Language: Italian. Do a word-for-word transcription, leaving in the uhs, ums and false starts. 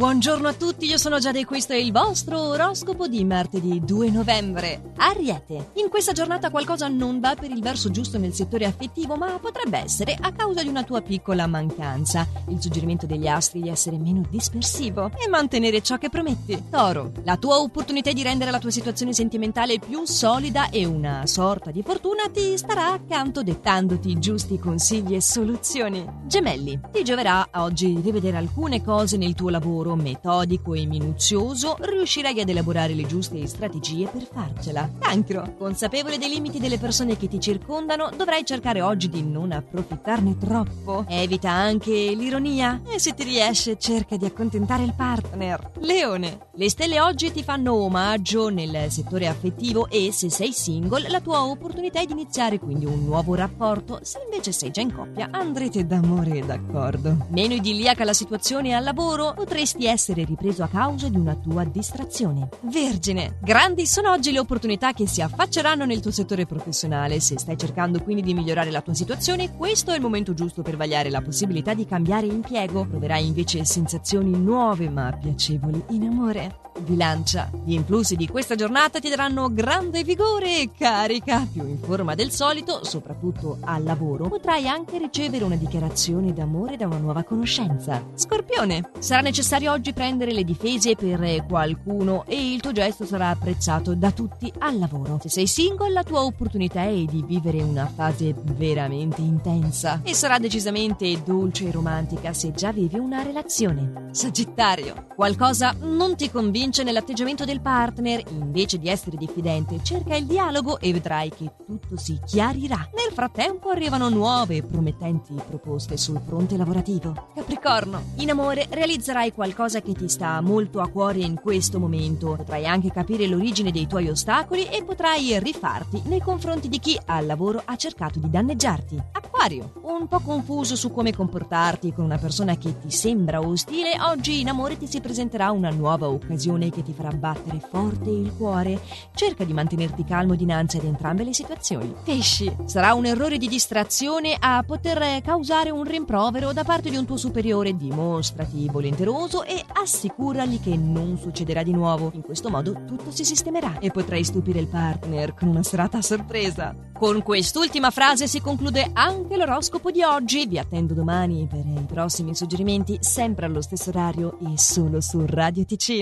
Buongiorno a tutti, io sono Giada e questo è il vostro oroscopo di martedì due novembre. Ariete, in questa giornata qualcosa non va per il verso giusto nel settore affettivo, ma potrebbe essere a causa di una tua piccola mancanza. Il suggerimento degli astri è di essere meno dispersivo e mantenere ciò che prometti. Toro, la tua opportunità di rendere la tua situazione sentimentale più solida e una sorta di fortuna ti starà accanto dettandoti i giusti consigli e soluzioni. Gemelli, ti gioverà oggi rivedere alcune cose nel tuo lavoro metodico e minuzioso, riuscirai ad elaborare le giuste strategie per farcela. Cancro, consapevole dei limiti delle persone che ti circondano, dovrai cercare oggi di non approfittarne troppo. Evita anche l'ironia e se ti riesce cerca di accontentare il partner. Leone, le stelle oggi ti fanno omaggio nel settore affettivo e se sei single la tua opportunità è di iniziare quindi un nuovo rapporto. Se invece sei già in coppia andrete d'amore e d'accordo. Meno idilliaca la situazione al lavoro, potresti essere ripreso a causa di una tua distrazione. Vergine, grandi sono oggi le opportunità che si affacceranno nel tuo settore professionale. Se stai cercando quindi di migliorare la tua situazione, questo è il momento giusto per vagliare la possibilità di cambiare impiego. Proverai invece sensazioni nuove ma piacevoli in amore. Bilancia, gli influssi di questa giornata ti daranno grande vigore e carica, più in forma del solito, soprattutto al lavoro. Potrai anche ricevere una dichiarazione d'amore da una nuova conoscenza. Scorpione, sarà necessario oggi prendere le difese per qualcuno e il tuo gesto sarà apprezzato da tutti al lavoro. Se sei single, la tua opportunità è di vivere una fase veramente intensa e sarà decisamente dolce e romantica se già vivi una relazione. Sagittario, qualcosa non ti convince nell'atteggiamento del partner, invece di essere diffidente, cerca il dialogo e vedrai che tutto si chiarirà. Nel frattempo arrivano nuove e promettenti proposte sul fronte lavorativo. Capricorno, in amore realizzerai qualcosa che ti sta molto a cuore in questo momento. Potrai anche capire l'origine dei tuoi ostacoli e potrai rifarti nei confronti di chi al lavoro ha cercato di danneggiarti. Acquario, un po' confuso su come comportarti con una persona che ti sembra ostile, oggi in amore ti si presenterà una nuova occasione che ti farà battere forte il cuore. Cerca di mantenerti calmo dinanzi ad entrambe le situazioni. Pesci, sarà un errore di distrazione a poter causare un rimprovero da parte di un tuo superiore. Dimostrati volenteroso e assicuragli che non succederà di nuovo. In questo modo tutto si sistemerà e potrai stupire il partner con una serata a sorpresa. Con quest'ultima frase si conclude anche l'oroscopo di oggi. Vi attendo domani per i prossimi suggerimenti, sempre allo stesso orario e solo su Radio Ticino.